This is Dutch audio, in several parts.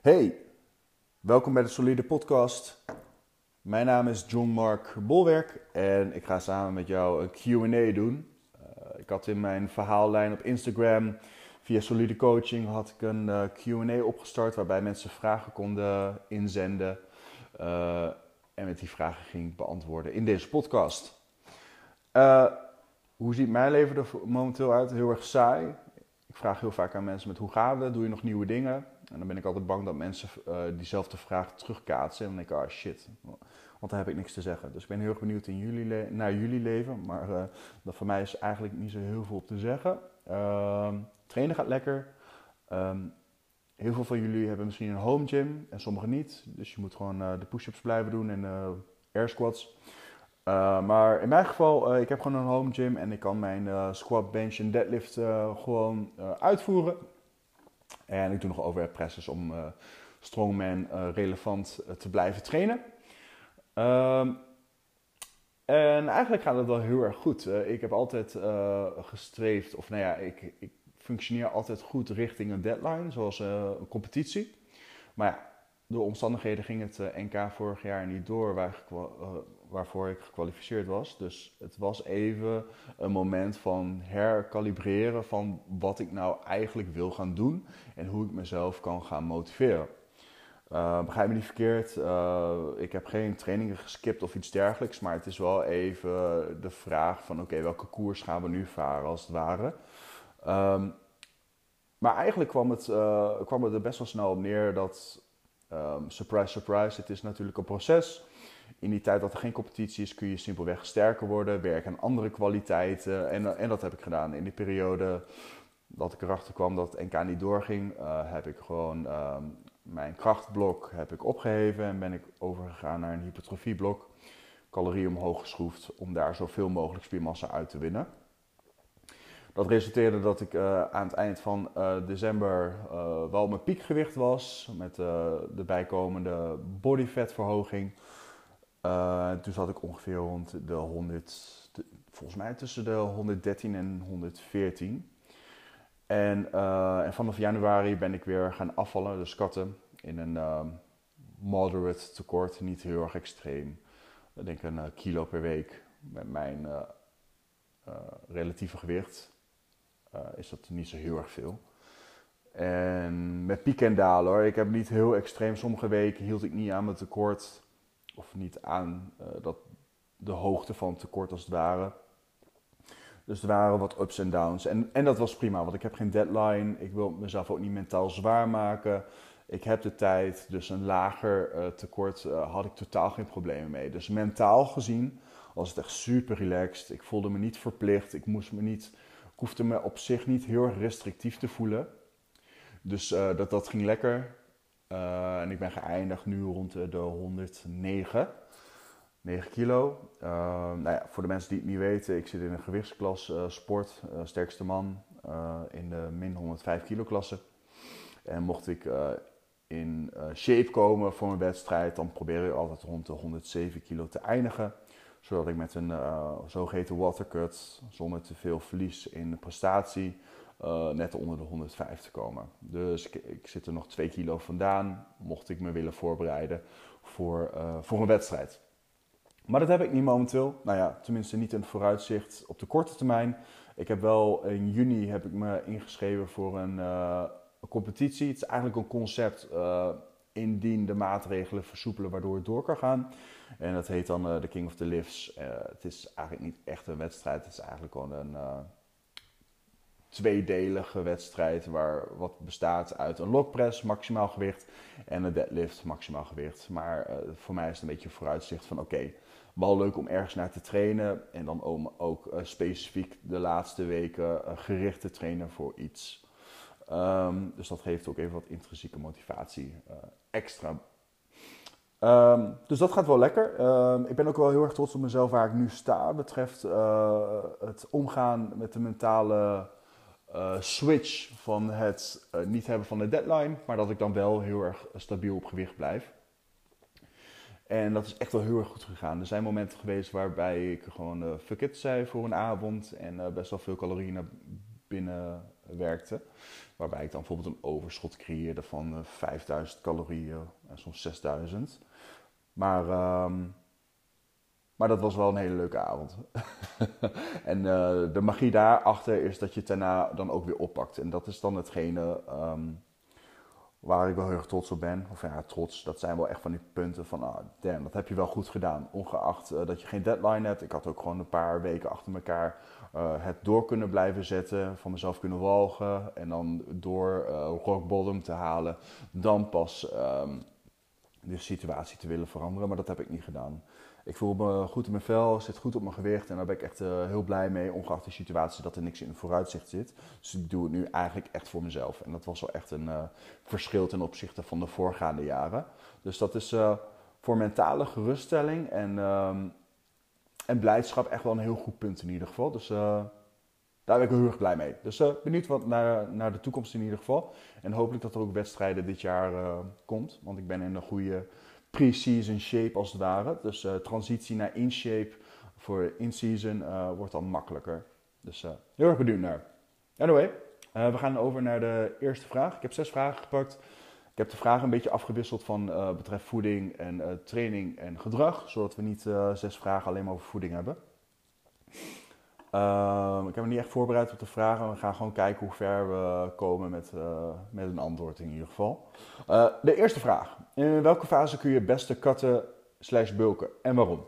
Hey, welkom bij de Solide Podcast. Mijn naam is John Mark Bolwerk en ik ga samen met jou een Q&A doen. Ik had in mijn verhaallijn op Instagram via Solide Coaching had ik een Q&A opgestart waarbij mensen vragen konden inzenden. En met die vragen ging ik beantwoorden in deze podcast. Hoe ziet mijn leven er momenteel uit? Heel erg saai. Ik vraag heel vaak aan mensen met hoe gaat het? Doe je nog nieuwe dingen? En dan ben ik altijd bang dat mensen diezelfde vraag terugkaatsen. En dan denk ik, shit, want dan heb ik niks te zeggen. Dus ik ben heel erg benieuwd naar jullie leven. Maar dat voor mij is eigenlijk niet zo heel veel op te zeggen. Trainen gaat lekker. Heel veel van jullie hebben misschien een home gym en sommigen niet. Dus je moet gewoon de push-ups blijven doen en air squats. Maar in mijn geval, ik heb gewoon een home gym en ik kan mijn squat, bench en deadlift gewoon uitvoeren. En ik doe nog overhead presses om strongman relevant te blijven trainen. En eigenlijk gaat het wel heel erg goed. Ik heb altijd gestreefd, ik functioneer altijd goed richting een deadline, zoals een competitie. Maar ja, door omstandigheden ging het NK vorig jaar niet door waarvoor ik gekwalificeerd was. Dus het was even een moment van herkalibreren van wat ik nou eigenlijk wil gaan doen en hoe ik mezelf kan gaan motiveren. Begrijp me niet verkeerd, ik heb geen trainingen geskipt of iets dergelijks, maar het is wel even de vraag van oké, welke koers gaan we nu varen als het ware. Maar eigenlijk kwam het er best wel snel op neer dat, surprise, surprise, het is natuurlijk een proces. In die tijd dat er geen competitie is kun je simpelweg sterker worden, werken aan andere kwaliteiten. En dat heb ik gedaan. In die periode dat ik erachter kwam dat het NK niet doorging, heb ik gewoon mijn krachtblok heb ik opgeheven en ben ik overgegaan naar een hypertrofieblok. Calorieën omhoog geschroefd om daar zoveel mogelijk spiermassa uit te winnen. Dat resulteerde dat ik aan het eind van december wel op mijn piekgewicht was. Met de bijkomende bodyfatverhoging. Toen zat ik ongeveer rond de 100, volgens mij tussen de 113 en 114. En vanaf januari ben ik weer gaan afvallen, dus katten, in een moderate tekort, niet heel erg extreem. Ik denk een kilo per week met mijn relatieve gewicht. Is dat niet zo heel erg veel. En met pieken en dalen hoor. Ik heb niet heel extreem. Sommige weken hield ik niet aan mijn tekort. Of niet aan de hoogte van het tekort als het ware. Dus er waren wat ups en downs. En dat was prima, want ik heb geen deadline. Ik wil mezelf ook niet mentaal zwaar maken. Ik heb de tijd, dus een lager tekort had ik totaal geen problemen mee. Dus mentaal gezien was het echt super relaxed. Ik voelde me niet verplicht. Ik hoefde me op zich niet heel erg restrictief te voelen. Dus dat ging lekker. En ik ben geëindigd nu rond de 109. 9 kilo. Voor de mensen die het niet weten, ik zit in een gewichtsklas sport, sterkste man in de min 105 kilo klasse. En mocht ik in shape komen voor een wedstrijd, dan probeer ik altijd rond de 107 kilo te eindigen. Zodat ik met een zogeheten watercut, zonder te veel verlies in de prestatie, net onder de 105 te komen. Dus ik zit er nog 2 kilo vandaan, mocht ik me willen voorbereiden voor een wedstrijd. Maar dat heb ik niet momenteel. Tenminste niet in het vooruitzicht op de korte termijn. Ik heb wel in juni heb ik me ingeschreven voor een competitie. Het is eigenlijk een concept indien de maatregelen versoepelen waardoor het door kan gaan. En dat heet dan de King of the Lifts. Het is eigenlijk niet echt een wedstrijd. Het is eigenlijk gewoon een tweedelige wedstrijd wat bestaat uit een logpress, maximaal gewicht, en een deadlift, maximaal gewicht. Maar voor mij is het een beetje een vooruitzicht van oké, wel leuk om ergens naar te trainen en dan ook specifiek de laatste weken gericht te trainen voor iets. Dus dat geeft ook even wat intrinsieke motivatie extra. Dus dat gaat wel lekker. Ik ben ook wel heel erg trots op mezelf waar ik nu sta betreft het omgaan met de mentale switch van het niet hebben van de deadline, maar dat ik dan wel heel erg stabiel op gewicht blijf. En dat is echt wel heel erg goed gegaan. Er zijn momenten geweest waarbij ik gewoon fuck it zei voor een avond en best wel veel calorieën naar binnen werkte. Waarbij ik dan bijvoorbeeld een overschot creëerde van 5000 calorieën en soms 6000. Maar dat was wel een hele leuke avond. En de magie daarachter is dat je het daarna dan ook weer oppakt. En dat is dan hetgene waar ik wel heel erg trots op ben. Of ja, trots, dat zijn wel echt van die punten van, damn, dat heb je wel goed gedaan. Ongeacht dat je geen deadline hebt. Ik had ook gewoon een paar weken achter elkaar het door kunnen blijven zetten. Van mezelf kunnen walgen. En dan door rock bottom te halen. Dan pas de situatie te willen veranderen. Maar dat heb ik niet gedaan. Ik voel me goed in mijn vel, zit goed op mijn gewicht en daar ben ik echt heel blij mee, ongeacht de situatie dat er niks in het vooruitzicht zit. Dus ik doe het nu eigenlijk echt voor mezelf. En dat was wel echt een verschil ten opzichte van de voorgaande jaren. Dus dat is voor mentale geruststelling en blijdschap echt wel een heel goed punt in ieder geval. Dus daar ben ik heel erg blij mee. Dus benieuwd wat naar de toekomst in ieder geval. En hopelijk dat er ook wedstrijden dit jaar komt, want ik ben in een goede pre-season shape als het ware. Dus transitie naar in-shape voor in-season wordt dan makkelijker. Dus heel erg benieuwd naar. Anyway, we gaan over naar de eerste vraag. Ik heb 6 vragen gepakt. Ik heb de vragen een beetje afgewisseld van betreft voeding en training en gedrag. Zodat we niet 6 vragen alleen maar over voeding hebben. Ik heb me niet echt voorbereid op de vragen. We gaan gewoon kijken hoe ver we komen met een antwoord in ieder geval. De eerste vraag. In welke fase kun je het beste cutten / bulken en waarom?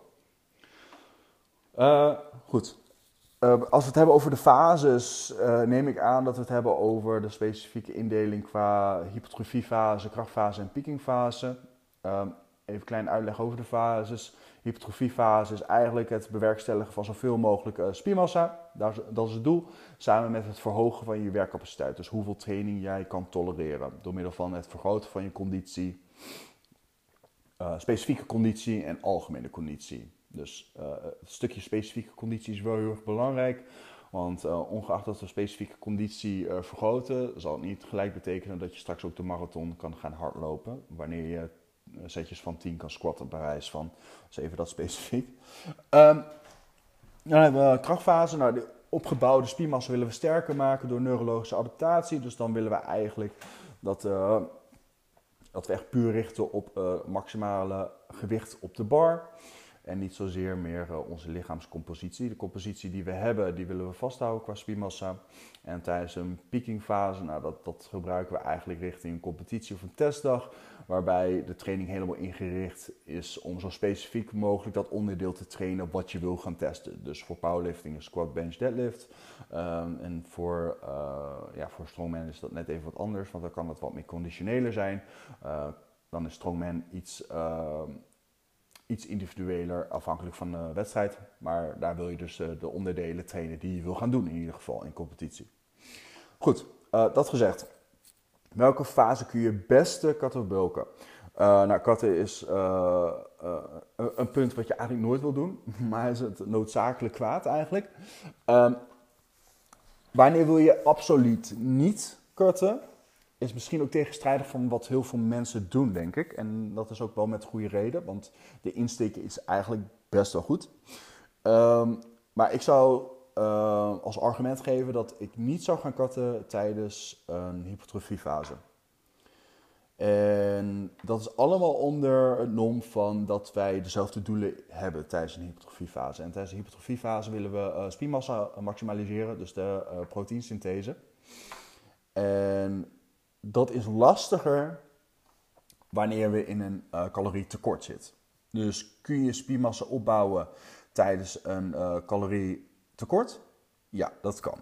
Goed. Als we het hebben over de fases, neem ik aan dat we het hebben over de specifieke indeling qua hypertrofiefase, krachtfase en piekingfase. Even klein uitleg over de fases. Hypertrofiefase is eigenlijk het bewerkstelligen van zoveel mogelijk spiermassa. Dat is het doel. Samen met het verhogen van je werkcapaciteit. Dus hoeveel training jij kan tolereren. Door middel van het vergroten van je conditie. Specifieke conditie en algemene conditie. Dus het stukje specifieke conditie is wel heel erg belangrijk. Want ongeacht dat we specifieke conditie vergroten, zal het niet gelijk betekenen dat je straks ook de marathon kan gaan hardlopen. Wanneer je setjes van 10 kan squatten bij wijze van. Dus even dat specifiek. Dan hebben we krachtfase. Nou, de opgebouwde spiermassa willen we sterker maken door neurologische adaptatie. Dus dan willen we eigenlijk dat we echt puur richten op maximale gewicht op de bar. En niet zozeer meer onze lichaamscompositie. De compositie die we hebben, die willen we vasthouden qua spiermassa. En tijdens een piekingfase, nou dat gebruiken we eigenlijk richting een competitie of een testdag. Waarbij de training helemaal ingericht is om zo specifiek mogelijk dat onderdeel te trainen wat je wil gaan testen. Dus voor powerlifting is squat, bench, deadlift. En voor strongman is dat net even wat anders, want dan kan het wat meer conditioneler zijn. Dan is strongman iets individueler afhankelijk van de wedstrijd. Maar daar wil je dus de onderdelen trainen die je wil gaan doen in ieder geval in competitie. Goed, dat gezegd. Welke fase kun je het beste cutten of bulken? Cutten is een punt wat je eigenlijk nooit wil doen. Maar is het noodzakelijk kwaad eigenlijk. Wanneer wil je absoluut niet cutten? Is misschien ook tegenstrijdig van wat heel veel mensen doen, denk ik. En dat is ook wel met goede reden, want de insteek is eigenlijk best wel goed. Maar ik zou als argument geven dat ik niet zou gaan cutten tijdens een hypertrofiefase. En dat is allemaal onder het nom van dat wij dezelfde doelen hebben tijdens een hypertrofiefase. En tijdens de hypertrofiefase willen we spiermassa maximaliseren, dus de proteïnsynthese. En dat is lastiger wanneer we in een calorietekort zitten. Dus kun je spiermassa opbouwen tijdens een calorietekort? Ja, dat kan.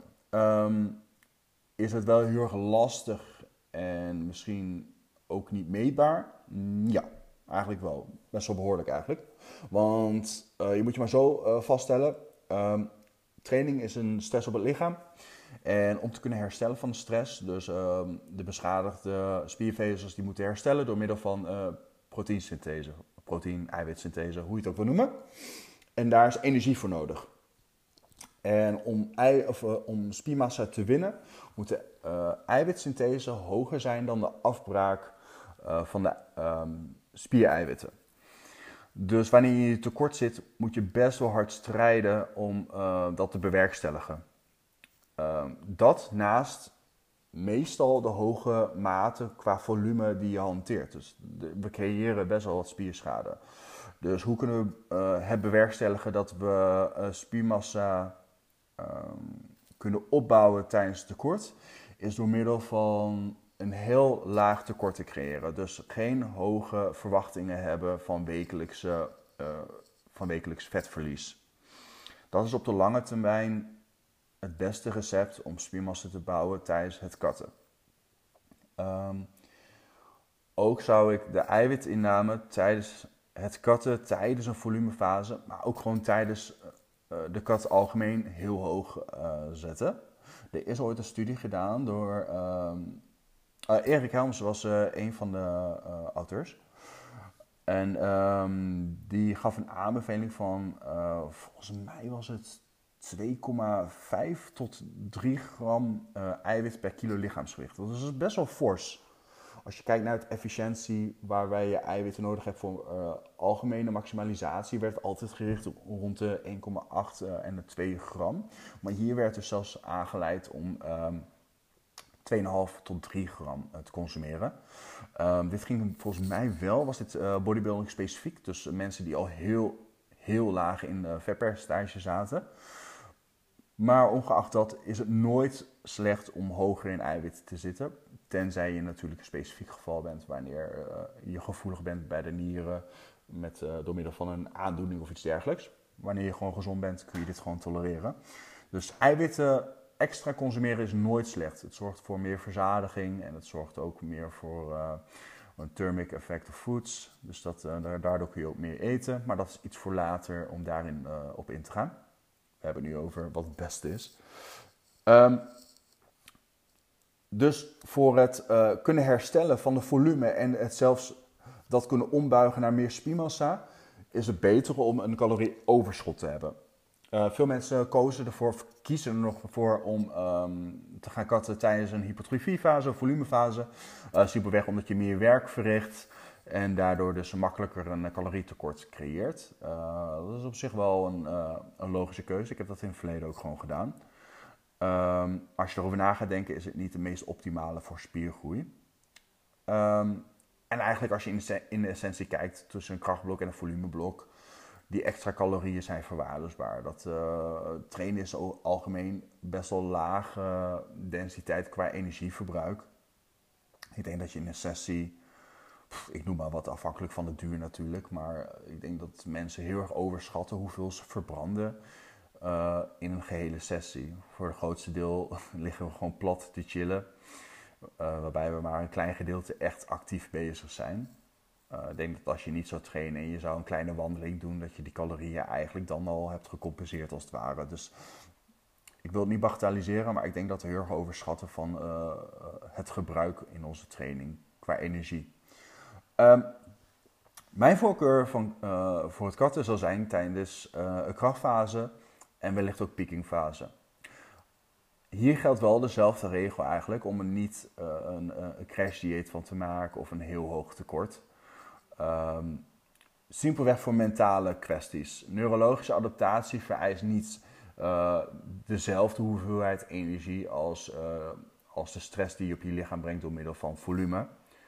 Is het wel heel erg lastig en misschien ook niet meetbaar? Ja, eigenlijk wel. Best wel behoorlijk eigenlijk. Want je moet je maar zo vaststellen. Training is een stress op het lichaam. En om te kunnen herstellen van de stress, dus de beschadigde spiervezels die moeten herstellen door middel van proteinsynthese, proteïn-eiwitsynthese, hoe je het ook wil noemen. En daar is energie voor nodig. En om spiermassa te winnen, moet de eiwitsynthese hoger zijn dan de afbraak van de spiereiwitten. Dus wanneer je tekort zit, moet je best wel hard strijden om dat te bewerkstelligen. Dat naast meestal de hoge mate qua volume die je hanteert. Dus we creëren best wel wat spierschade. Dus hoe kunnen we het bewerkstelligen dat we spiermassa kunnen opbouwen tijdens het tekort? Is door middel van een heel laag tekort te creëren. Dus geen hoge verwachtingen hebben van wekelijks vetverlies. Dat is op de lange termijn het beste recept om spiermassa te bouwen tijdens het katten. Ook zou ik de eiwitinname tijdens het katten, tijdens een volumefase, maar ook gewoon tijdens de kat algemeen heel hoog zetten. Er is ooit een studie gedaan door Erik Helms was een van de auteurs. En die gaf een aanbeveling van, volgens mij was het 2,5 tot 3 gram eiwit per kilo lichaamsgewicht. Dat is best wel fors. Als je kijkt naar de efficiëntie waarbij je eiwitten nodig hebt voor algemene maximalisatie, werd het altijd gericht op rond de 1,8 en de 2 gram. Maar hier werd dus zelfs aangeleid om 2,5 tot 3 gram te consumeren. Dit ging volgens mij wel, was dit bodybuilding specifiek. Dus mensen die al heel laag in vetpercentage zaten. Maar ongeacht dat is het nooit slecht om hoger in eiwit te zitten. Tenzij je natuurlijk een specifiek geval bent wanneer je gevoelig bent bij de nieren door middel van een aandoening of iets dergelijks. Wanneer je gewoon gezond bent kun je dit gewoon tolereren. Dus eiwitten extra consumeren is nooit slecht. Het zorgt voor meer verzadiging en het zorgt ook meer voor een thermic effect of foods. Dus daardoor kun je ook meer eten. Maar dat is iets voor later om daarin op in te gaan. We hebben het nu over wat het beste is. Dus voor het kunnen herstellen van de volume en het zelfs dat kunnen ombuigen naar meer spiermassa, is het beter om een calorieoverschot te hebben. Veel mensen kiezen er nog voor om te gaan katten tijdens een hypertrofiefase of volumefase. Simpelweg omdat je meer werk verricht en daardoor dus makkelijker een calorietekort creëert. Dat is op zich wel een logische keuze. Ik heb dat in het verleden ook gewoon gedaan. Als je erover na gaat denken, is het niet de meest optimale voor spiergroei. En eigenlijk als je in de essentie kijkt tussen een krachtblok en een volumeblok, die extra calorieën zijn verwaarloosbaar. Trainen is algemeen best wel lage densiteit qua energieverbruik. Ik denk dat je in een sessie, ik noem maar wat afhankelijk van de duur natuurlijk, maar ik denk dat mensen heel erg overschatten hoeveel ze verbranden in een gehele sessie. Voor het grootste deel liggen we gewoon plat te chillen, waarbij we maar een klein gedeelte echt actief bezig zijn. Ik denk dat als je niet zou trainen en je zou een kleine wandeling doen, dat je die calorieën eigenlijk dan al hebt gecompenseerd als het ware. Dus ik wil het niet bagatelliseren, maar ik denk dat we heel erg overschatten van het gebruik in onze training qua energie. Mijn voorkeur voor het katten zal zijn tijdens een krachtfase en wellicht ook piekingfase. Hier geldt wel dezelfde regel eigenlijk om er niet een crashdieet van te maken of een heel hoog tekort. Simpelweg voor mentale kwesties. Neurologische adaptatie vereist niet dezelfde hoeveelheid energie als de stress die je op je lichaam brengt door middel van volume.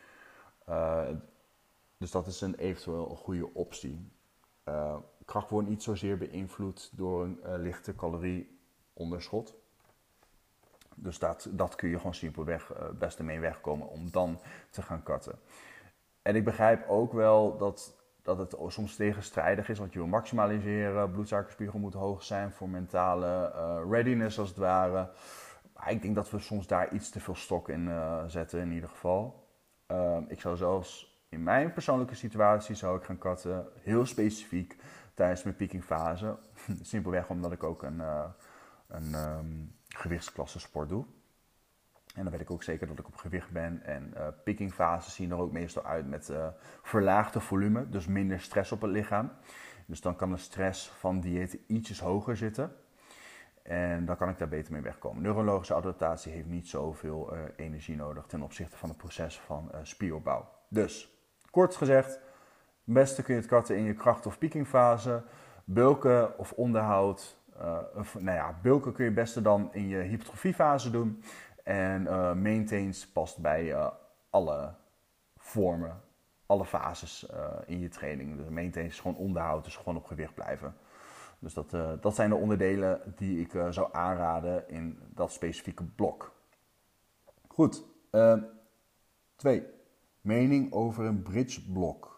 Dus dat is eventueel een goede optie. Kracht wordt niet zozeer beïnvloed door een lichte calorieonderschot. Dus dat kun je gewoon simpelweg het beste mee wegkomen om dan te gaan katten. En ik begrijp ook wel dat het soms tegenstrijdig is, want je wil maximaliseren. Bloedsuikerspiegel moet hoog zijn voor mentale readiness als het ware. Maar ik denk dat we soms daar iets te veel stok in zetten in ieder geval. Ik zou zelfs in mijn persoonlijke situatie zou ik gaan katten, heel specifiek tijdens mijn piekingfase. Simpelweg omdat ik ook een gewichtsklasse sport doe. En dan weet ik ook zeker dat ik op gewicht ben. En piekingfases zien er ook meestal uit met verlaagde volume, dus minder stress op het lichaam. Dus dan kan de stress van diëten ietsjes hoger zitten. En dan kan ik daar beter mee wegkomen. Neurologische adaptatie heeft niet zoveel energie nodig ten opzichte van het proces van spieropbouw. Dus, kort gezegd, het beste kun je het katten in je kracht- of piekingfase. Bulken of onderhoud. Bulken kun je het beste dan in je hypertrofiefase doen. En maintains past bij alle vormen, alle fases in je training. Dus maintains is gewoon onderhoud, dus gewoon op gewicht blijven. Dus dat zijn de onderdelen die ik zou aanraden in dat specifieke blok. Goed, 2. Mening over een bridgeblok.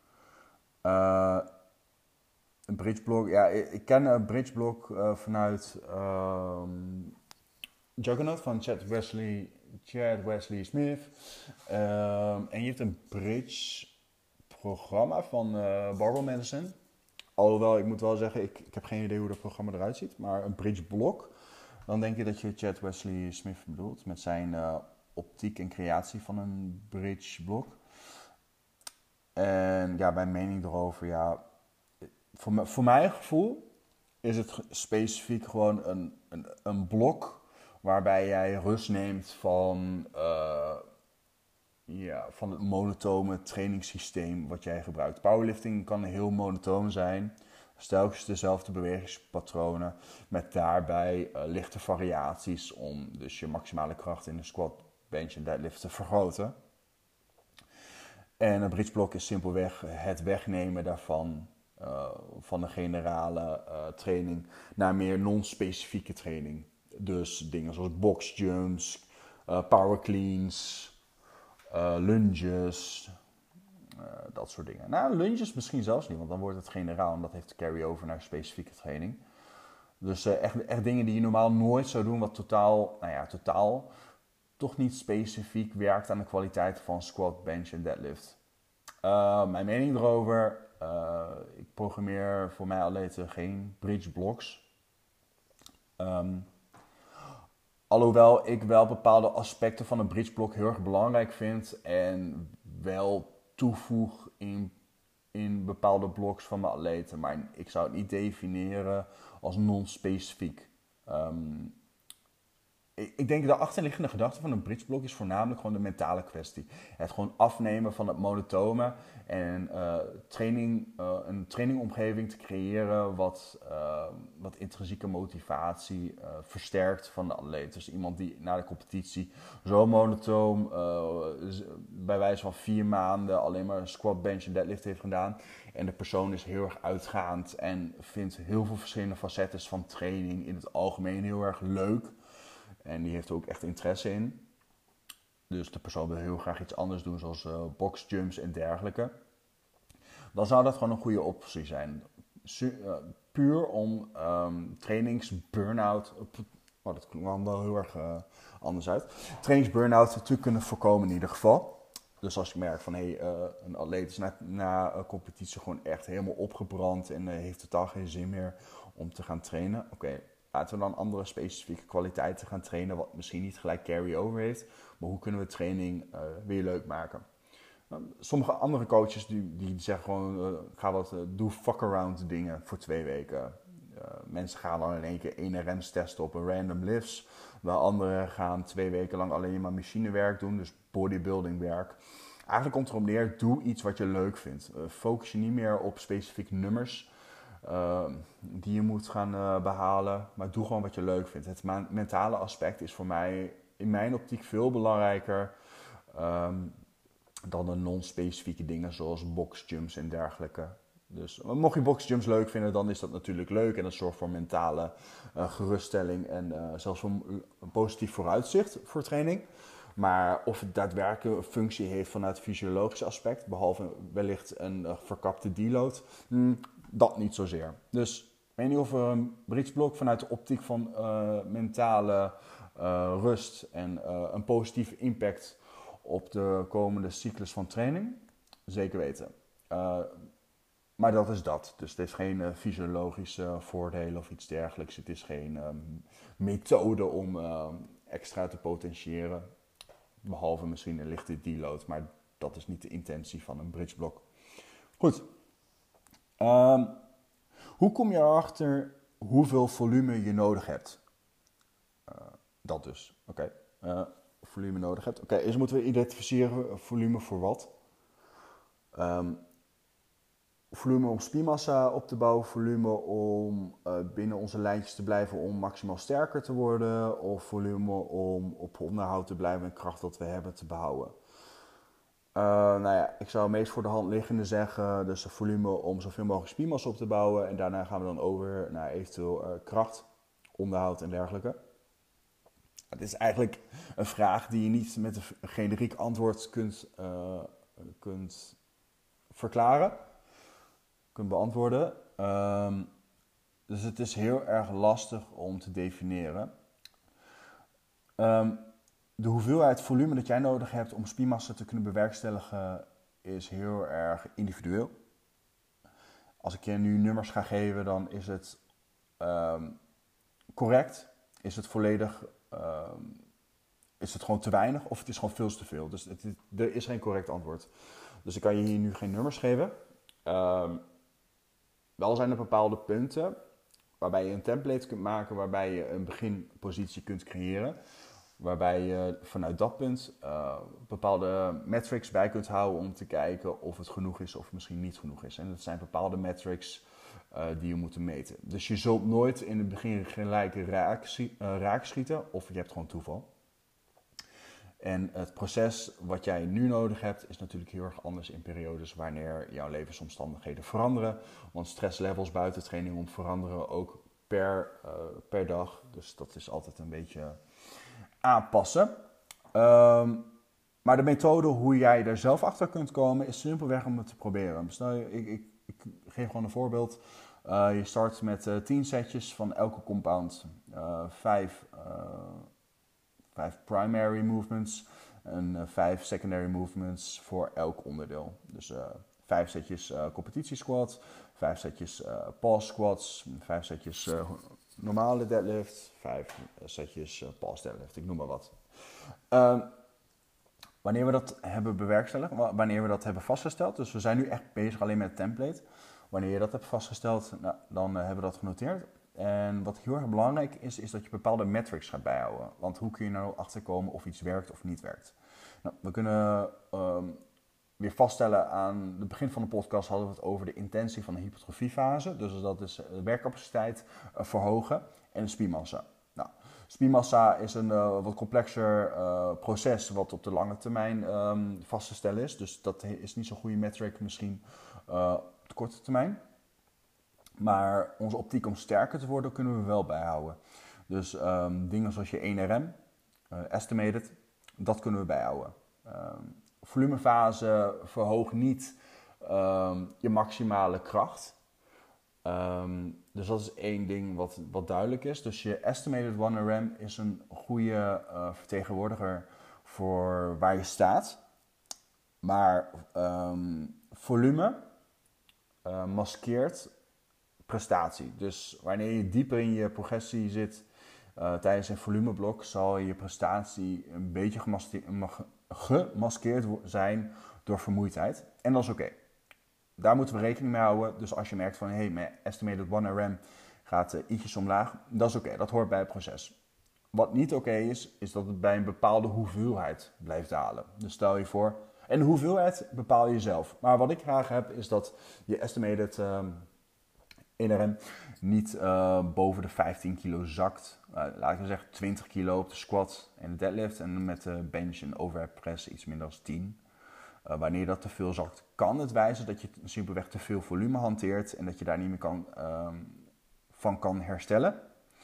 Een bridgeblok, ja, ik ken een bridgeblok vanuit Juggernaut van Chad Wesley Smith. En je hebt een bridge programma van Barbell Medicine. Alhoewel, ik moet wel zeggen, ik heb geen idee hoe dat programma eruit ziet. Maar een bridge blok, dan denk je dat je Chad Wesley Smith bedoelt. Met zijn optiek en creatie van een bridge blok. En ja, mijn mening erover, ja. Voor mijn gevoel is het specifiek gewoon een blok waarbij jij rust neemt van het monotone trainingssysteem wat jij gebruikt. Powerlifting kan heel monotoon zijn. Telkens dezelfde bewegingspatronen met daarbij lichte variaties om dus je maximale kracht in de squat, bench en deadlift te vergroten. En een bridgeblok is simpelweg het wegnemen daarvan van de generale training naar meer non-specifieke training. Dus dingen zoals boxjumps, power cleans, lunges, dat soort dingen. Nou, lunges misschien zelfs niet, want dan wordt het generaal en dat heeft carry-over naar specifieke training. Dus echt dingen die je normaal nooit zou doen, wat totaal toch niet specifiek werkt aan de kwaliteit van squat, bench en deadlift. Mijn mening erover, ik programmeer voor mijn atleten geen bridge blocks. Alhoewel ik wel bepaalde aspecten van een bridgeblok heel erg belangrijk vind en wel toevoeg in bepaalde bloks van mijn atleten. Maar ik zou het niet definiëren als non-specifiek. Ik denk de achterliggende gedachte van een bridgeblok is voornamelijk gewoon de mentale kwestie. Het gewoon afnemen van het monotone en een trainingomgeving te creëren wat intrinsieke motivatie versterkt van de atleet. Dus iemand die na de competitie zo monotoon, bij wijze van 4 maanden alleen maar squat, bench en deadlift heeft gedaan. En de persoon is heel erg uitgaand en vindt heel veel verschillende facetten van training in het algemeen heel erg leuk. En die heeft er ook echt interesse in. Dus de persoon wil heel graag iets anders doen, zoals boxjumps en dergelijke. Dan zou dat gewoon een goede optie zijn. Puur om trainingsburn-out... dat kwam wel heel erg anders uit. Trainingsburn-out te kunnen voorkomen in ieder geval. Dus als je merkt van een atleet is na een competitie gewoon echt helemaal opgebrand en heeft totaal geen zin meer om te gaan trainen. Oké. Laten we dan andere specifieke kwaliteiten gaan trainen, wat misschien niet gelijk carry-over heeft. Maar hoe kunnen we training weer leuk maken? Sommige andere coaches die zeggen gewoon, doe fuck-around dingen voor 2 weken. Mensen gaan dan in één keer 1 RM's testen op een random lifts. Waar anderen gaan 2 weken lang alleen maar machinewerk doen, dus bodybuilding werk. Eigenlijk komt erop neer, doe iets wat je leuk vindt. Focus je niet meer op specifieke nummers die je moet gaan behalen. Maar doe gewoon wat je leuk vindt. Het mentale aspect is voor mij in mijn optiek veel belangrijker dan de non-specifieke dingen zoals boxjumps en dergelijke. Dus mocht je boxjumps leuk vinden, dan is dat natuurlijk leuk. En dat zorgt voor mentale geruststelling en zelfs voor een positief vooruitzicht voor training. Maar of het daadwerkelijk een functie heeft vanuit het fysiologische aspect, behalve wellicht een verkapte deload, dat niet zozeer. Dus ik weet niet of een bridgeblok vanuit de optiek van mentale rust en een positieve impact op de komende cyclus van training, zeker weten. Maar dat is dat. Dus het heeft geen fysiologische voordelen of iets dergelijks. Het is geen methode om extra te potentiëren. Behalve misschien een lichte deload. Maar dat is niet de intentie van een bridgeblok. Goed. Hoe kom je erachter hoeveel volume je nodig hebt? Dat dus. Oké. Volume nodig hebt. Oké, eerst moeten we identificeren volume voor wat. volume om spiermassa op te bouwen, volume om binnen onze lijntjes te blijven om maximaal sterker te worden, of volume om op onderhoud te blijven en kracht dat we hebben te behouden. Nou ja, ik zou het meest voor de hand liggende zeggen, dus volume om zoveel mogelijk spiermassa op te bouwen. En daarna gaan we dan over naar eventueel kracht, onderhoud en dergelijke. Het is eigenlijk een vraag die je niet met een generiek antwoord kunt verklaren, kunt beantwoorden. Dus het is heel erg lastig om te definiëren. De hoeveelheid volume dat jij nodig hebt om spiermassa te kunnen bewerkstelligen is heel erg individueel. Als ik je nu nummers ga geven, dan is het correct. Is het volledig, is het gewoon te weinig of het is gewoon veel te veel. Dus er is geen correct antwoord. Dus ik kan je hier nu geen nummers geven. Wel zijn er bepaalde punten waarbij je een template kunt maken, waarbij je een beginpositie kunt creëren. Waarbij je vanuit dat punt bepaalde metrics bij kunt houden om te kijken of het genoeg is of misschien niet genoeg is. En dat zijn bepaalde metrics die je moet meten. Dus je zult nooit in het begin gelijk raak schieten of je hebt gewoon toeval. En het proces wat jij nu nodig hebt is natuurlijk heel erg anders in periodes wanneer jouw levensomstandigheden veranderen. Want stresslevels buiten training om veranderen ook per dag. Dus dat is altijd een beetje aanpassen. Maar de methode hoe jij er zelf achter kunt komen is simpelweg om het te proberen. Stel je, ik geef gewoon een voorbeeld. Je start met 10 setjes van elke compound. 5 primary movements en 5 secondary movements voor elk onderdeel. Dus 5 setjes competitie squat, 5 setjes pause squats, 5 setjes normale deadlift, 5 setjes pause deadlift, ik noem maar wat. Wanneer we dat hebben bewerkstelligd, wanneer we dat hebben vastgesteld, dus we zijn nu echt bezig alleen met het template. Wanneer je dat hebt vastgesteld, dan hebben we dat genoteerd. En wat heel erg belangrijk is dat je bepaalde metrics gaat bijhouden. Want hoe kun je nou achterkomen of iets werkt of niet werkt? Nou, we kunnen weer vaststellen aan het begin van de podcast hadden we het over de intentie van de hypertrofiefase. Dus dat is de werkcapaciteit verhogen en de spiermassa. Nou, spiermassa is een wat complexer proces wat op de lange termijn vast te stellen is. Dus dat is niet zo'n goede metric misschien op de korte termijn. Maar onze optiek om sterker te worden kunnen we wel bijhouden. Dus dingen zoals je 1RM, estimated, dat kunnen we bijhouden. Volumefase verhoogt niet je maximale kracht. Dus dat is één ding wat duidelijk is. Dus je estimated 1RM is een goede vertegenwoordiger voor waar je staat. Maar volume maskeert prestatie. Dus wanneer je dieper in je progressie zit tijdens een volumeblok, zal je prestatie een beetje gemaskeerd zijn door vermoeidheid. En dat is oké. Daar moeten we rekening mee houden. Dus als je merkt van, hey, mijn estimated 1RM gaat ietsjes omlaag, dat is oké. Dat hoort bij het proces. Wat niet oké is dat het bij een bepaalde hoeveelheid blijft dalen. Dus stel je voor, en de hoeveelheid bepaal je zelf. Maar wat ik graag heb, is dat je estimated 1RM niet boven de 15 kilo zakt. Laat ik zeggen 20 kilo op de squat en de deadlift. En met de bench en overhead press iets minder dan 10. Wanneer dat te veel zakt, kan het wijzen dat je simpelweg te veel volume hanteert. En dat je daar niet meer van kan herstellen.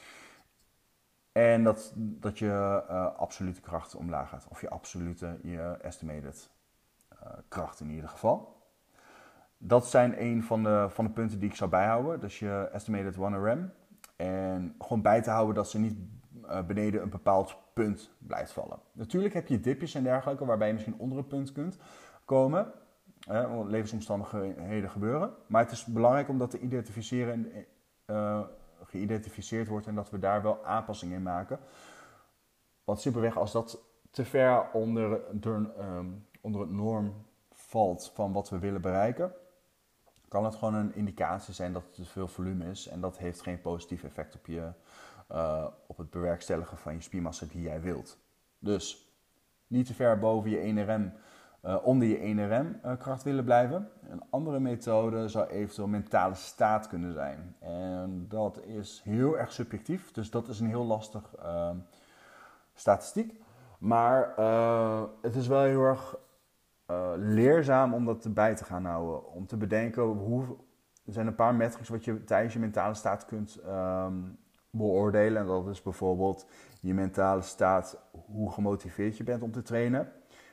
En dat je absolute kracht omlaag gaat. Of je estimated kracht in ieder geval. Dat zijn een van de punten die ik zou bijhouden. Dus je estimated 1RM. En gewoon bij te houden dat ze niet beneden een bepaald punt blijft vallen. Natuurlijk heb je dipjes en dergelijke waarbij je misschien onder een punt kunt komen. Want levensomstandigheden gebeuren. Maar het is belangrijk om dat te identificeren en geïdentificeerd wordt. En dat we daar wel aanpassingen in maken. Want simpelweg als dat te ver onder het norm valt van wat we willen bereiken, kan het gewoon een indicatie zijn dat het te veel volume is. En dat heeft geen positief effect op het bewerkstelligen van je spiermassa die jij wilt. Dus niet te ver boven je 1RM, onder je 1RM kracht willen blijven. Een andere methode zou eventueel mentale staat kunnen zijn. En dat is heel erg subjectief, dus dat is een heel lastig statistiek. Maar het is wel heel erg leerzaam om dat erbij te gaan houden. Om te bedenken, er zijn een paar metrics wat je tijdens je mentale staat kunt beoordelen. En dat is bijvoorbeeld je mentale staat, hoe gemotiveerd je bent om te trainen.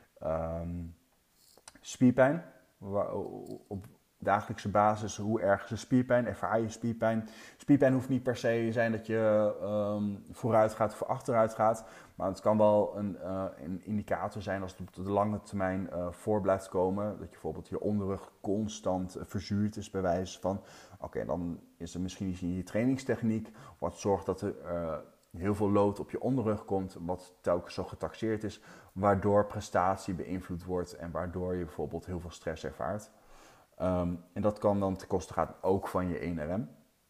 Spierpijn, op dagelijkse basis, hoe erg is de spierpijn? Ervaar je spierpijn? Spierpijn hoeft niet per se te zijn dat je vooruit gaat of achteruit gaat. Maar het kan wel een indicator zijn als het op de lange termijn voor blijft komen. Dat je bijvoorbeeld je onderrug constant verzuurd is bij wijze van... Oké, dan is er misschien iets in je trainingstechniek wat zorgt dat er heel veel load op je onderrug komt, wat telkens zo getaxeerd is, waardoor prestatie beïnvloed wordt en waardoor je bijvoorbeeld heel veel stress ervaart. En dat kan dan ten koste gaan ook van je 1RM.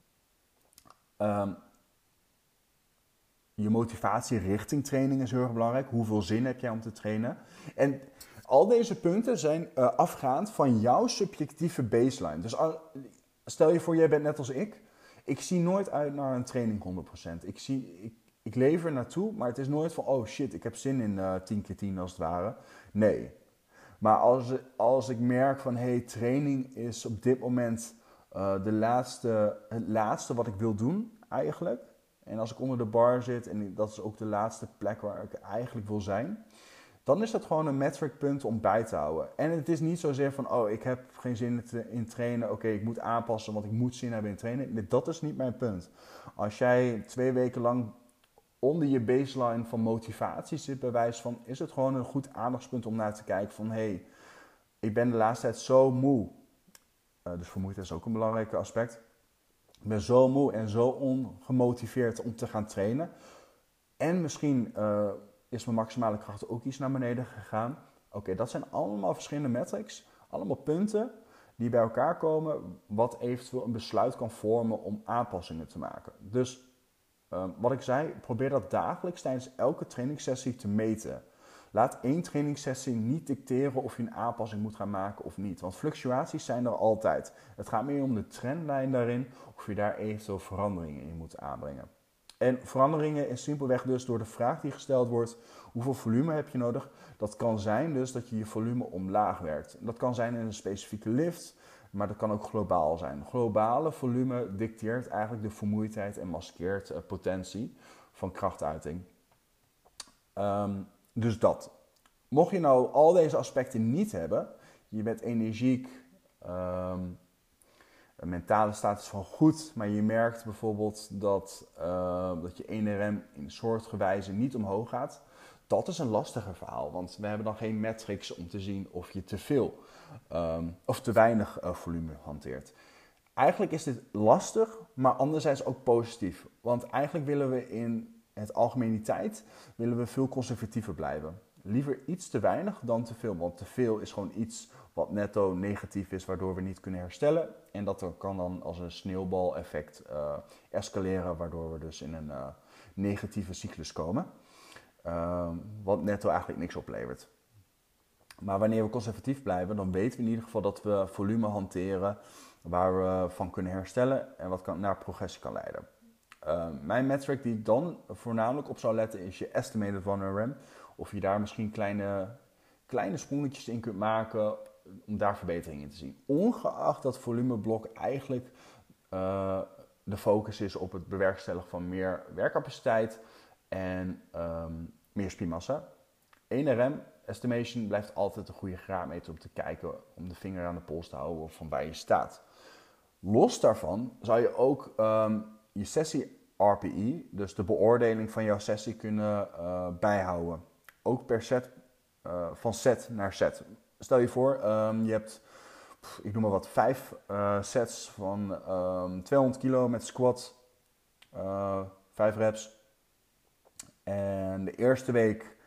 Je motivatie richting training is heel erg belangrijk. Hoeveel zin heb jij om te trainen? En al deze punten zijn afgaand van jouw subjectieve baseline. Dus stel je voor, jij bent net als ik. Ik zie nooit uit naar een training 100%. Ik lever naartoe, maar het is nooit van... Oh shit, ik heb zin in 10x10 als het ware. Nee. Maar als ik merk van... Hey, training is op dit moment het laatste wat ik wil doen eigenlijk. En als ik onder de bar zit en dat is ook de laatste plek waar ik eigenlijk wil zijn... Dan is dat gewoon een metric punt om bij te houden. En het is niet zozeer van, oh, ik heb geen zin in trainen. Oké, ik moet aanpassen, want ik moet zin hebben in trainen. Nee, dat is niet mijn punt. Als jij 2 weken lang onder je baseline van motivatie zit, bij wijze van, is het gewoon een goed aandachtspunt om naar te kijken van, hey, ik ben de laatste tijd zo moe. Dus vermoeidheid is ook een belangrijk aspect. Ik ben zo moe en zo ongemotiveerd om te gaan trainen. En misschien... is mijn maximale kracht ook iets naar beneden gegaan. Oké, dat zijn allemaal verschillende metrics. Allemaal punten die bij elkaar komen... wat eventueel een besluit kan vormen om aanpassingen te maken. Dus wat ik zei, probeer dat dagelijks tijdens elke trainingssessie te meten. Laat 1 trainingssessie niet dicteren of je een aanpassing moet gaan maken of niet. Want fluctuaties zijn er altijd. Het gaat meer om de trendlijn daarin... of je daar eventueel veranderingen in moet aanbrengen. En veranderingen is simpelweg dus door de vraag die gesteld wordt, hoeveel volume heb je nodig? Dat kan zijn dus dat je volume omlaag werkt. Dat kan zijn in een specifieke lift, maar dat kan ook globaal zijn. Globale volume dicteert eigenlijk de vermoeidheid en maskeert potentie van krachtuiting. Dus dat. Mocht je nou al deze aspecten niet hebben, je bent energiek, de mentale staat is van goed, maar je merkt bijvoorbeeld dat je 1RM in soortgewijze niet omhoog gaat. Dat is een lastiger verhaal, want we hebben dan geen metrics om te zien of je te veel of te weinig volume hanteert. Eigenlijk is dit lastig, maar anderzijds ook positief. Want eigenlijk willen we in het algemeniteit veel conservatiever blijven. Liever iets te weinig dan te veel, want te veel is gewoon iets wat netto negatief is, waardoor we niet kunnen herstellen. En dat kan dan als een sneeuwbaleffect escaleren, waardoor we dus in een negatieve cyclus komen. Wat netto eigenlijk niks oplevert. Maar wanneer we conservatief blijven, dan weten we in ieder geval dat we volume hanteren waar we van kunnen herstellen en wat naar progressie kan leiden. Mijn metric die ik dan voornamelijk op zou letten is je estimated 1RM. Of je daar misschien kleine sprongetjes in kunt maken om daar verbetering in te zien. Ongeacht dat volumeblok eigenlijk de focus is op het bewerkstelligen van meer werkcapaciteit en meer spiermassa. 1RM estimation blijft altijd een goede graadmeter om te kijken, om de vinger aan de pols te houden van waar je staat. Los daarvan zou je ook je sessie RPE, dus de beoordeling van jouw sessie, kunnen bijhouden. Ook per set, van set naar set. Stel je voor, je hebt, ik noem maar wat, 5 sets van 200 kilo met squat, 5 reps. En de eerste week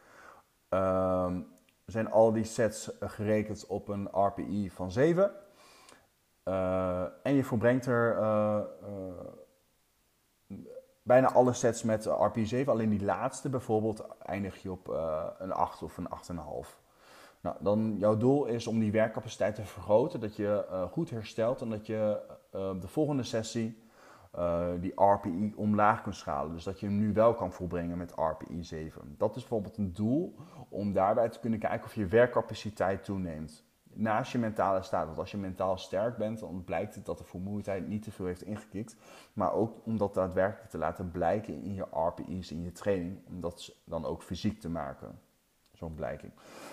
zijn al die sets gerekend op een RPE van 7. En je volbrengt er bijna alle sets met RPE 7. Alleen die laatste bijvoorbeeld eindig je op een 8 of een 8,5. Nou, dan jouw doel is om die werkcapaciteit te vergroten, dat je goed herstelt en dat je de volgende sessie die RPI omlaag kunt schalen. Dus dat je hem nu wel kan volbrengen met RPI 7. Dat is bijvoorbeeld een doel om daarbij te kunnen kijken of je werkcapaciteit toeneemt. Naast je mentale staat. Want als je mentaal sterk bent, dan blijkt het dat de vermoeidheid niet te veel heeft ingekikt. Maar ook om dat daadwerkelijk te laten blijken in je RPI's, in je training. Om dat dan ook fysiek te maken. Zo'n blijking.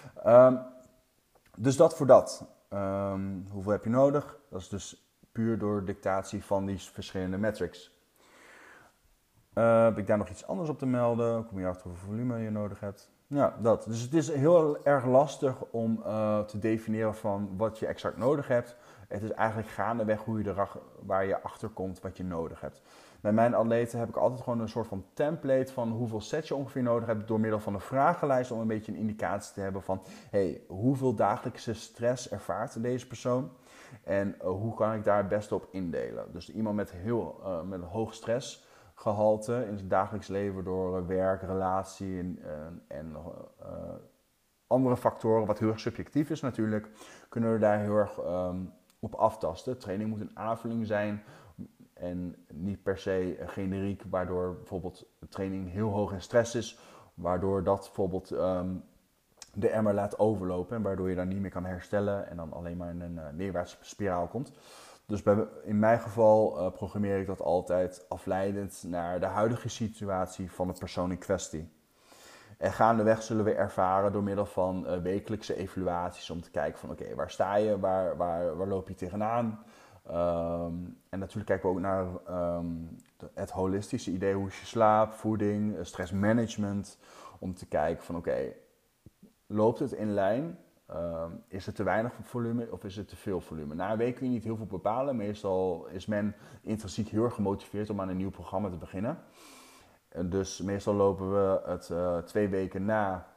Dus dat voor dat. Hoeveel heb je nodig? Dat is dus puur door dictatie van die verschillende metrics. Heb ik daar nog iets anders op te melden? Kom je achter hoeveel volume je nodig hebt? Ja, dat. Dus het is heel erg lastig om te definiëren van wat je exact nodig hebt. Het is eigenlijk gaandeweg waar je achter komt wat je nodig hebt. Bij mijn atleten heb ik altijd gewoon een soort van template van hoeveel sets je ongeveer nodig hebt door middel van een vragenlijst om een beetje een indicatie te hebben van hoeveel dagelijkse stress ervaart deze persoon en hoe kan ik daar het beste op indelen. Dus iemand met een hoog stressgehalte in zijn dagelijks leven door werk, relatie en andere factoren, wat heel erg subjectief is natuurlijk, kunnen we daar heel erg op aftasten. Training moet een aanvulling zijn en niet per se generiek, waardoor bijvoorbeeld de training heel hoog in stress is, waardoor dat bijvoorbeeld de emmer laat overlopen en waardoor je dan niet meer kan herstellen en dan alleen maar in een neerwaartse spiraal komt. Dus in mijn geval programmeer ik dat altijd afleidend naar de huidige situatie van de persoon in kwestie. En gaandeweg zullen we ervaren door middel van wekelijkse evaluaties om te kijken van oké, waar sta je, waar loop je tegenaan? En natuurlijk kijken we ook naar het holistische idee, hoe is je slaap, voeding, stressmanagement. Om te kijken van oké, loopt het in lijn? Is het te weinig volume of is het te veel volume? Na een week kun je niet heel veel bepalen. Meestal is men intrinsiek heel erg gemotiveerd om aan een nieuw programma te beginnen. Dus meestal lopen we het 2 weken na.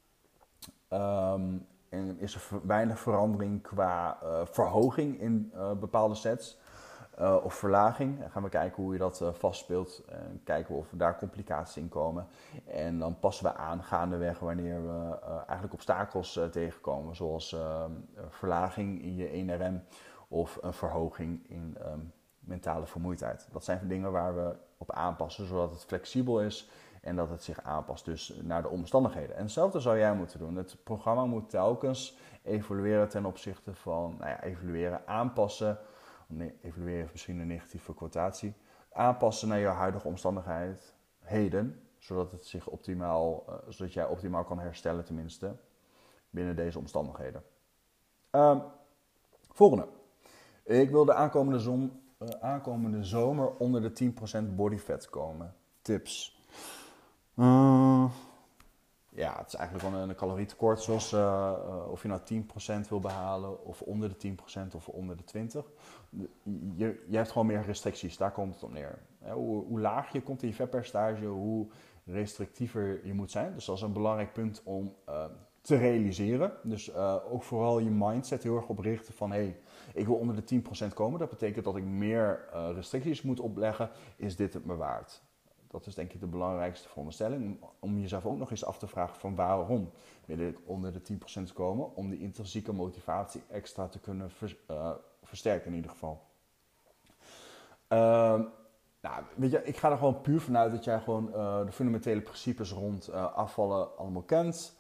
En is er weinig verandering qua verhoging in bepaalde sets of verlaging. Dan gaan we kijken hoe je dat vastspeelt en kijken of daar complicaties in komen. En dan passen we aan gaandeweg wanneer we eigenlijk obstakels tegenkomen. Zoals verlaging in je 1RM of een verhoging in mentale vermoeidheid. Dat zijn dingen waar we op aanpassen zodat het flexibel is. En dat het zich aanpast dus naar de omstandigheden. En hetzelfde zou jij moeten doen. Het programma moet telkens evalueren ten opzichte van, aanpassen. Nee, evalueren heeft misschien een negatieve quotatie. Aanpassen naar jouw huidige omstandigheden. Zodat het zich zodat jij optimaal kan herstellen tenminste. Binnen deze omstandigheden. Volgende. Ik wil de aankomende zomer onder de 10% body fat komen. Tips. Ja, het is eigenlijk gewoon een calorietekort, zoals of je nou 10% wil behalen, of onder de 10% of onder de 20%. Je hebt gewoon meer restricties, daar komt het op neer. Hoe laag je komt in je vetpercentage, hoe restrictiever je moet zijn. Dus dat is een belangrijk punt om te realiseren. Dus ook vooral je mindset heel erg oprichten van ik wil onder de 10% komen. Dat betekent dat ik meer restricties moet opleggen. Is dit het me waard? Dat is denk ik de belangrijkste veronderstelling. Om jezelf ook nog eens af te vragen van waarom wil ik onder de 10% komen. Om die intrinsieke motivatie extra te kunnen versterken in ieder geval. Weet je, ik ga er gewoon puur vanuit dat jij gewoon de fundamentele principes rond afvallen allemaal kent.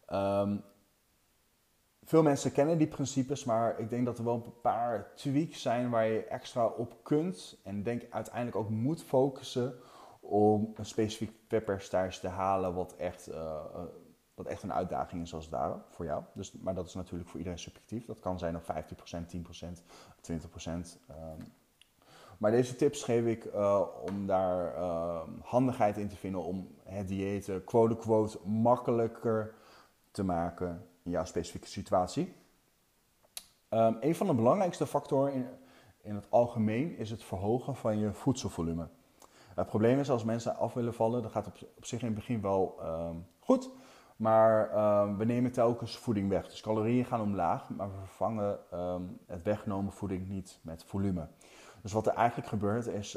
Veel mensen kennen die principes, maar ik denk dat er wel een paar tweaks zijn waar je extra op kunt. En denk uiteindelijk ook moet focussen om een specifiek vetpercentage te halen wat echt een uitdaging is als het ware voor jou. Maar dat is natuurlijk voor iedereen subjectief. Dat kan zijn op 15%, 10%, 20%. Maar deze tips geef ik om daar handigheid in te vinden om het diëten quote-unquote makkelijker te maken in jouw specifieke situatie. Een van de belangrijkste factoren in het algemeen is het verhogen van je voedselvolume. Het probleem is als mensen af willen vallen, dat gaat op zich in het begin wel goed. Maar we nemen telkens voeding weg. Dus calorieën gaan omlaag, maar we vervangen het weggenomen voeding niet met volume. Dus wat er eigenlijk gebeurt is,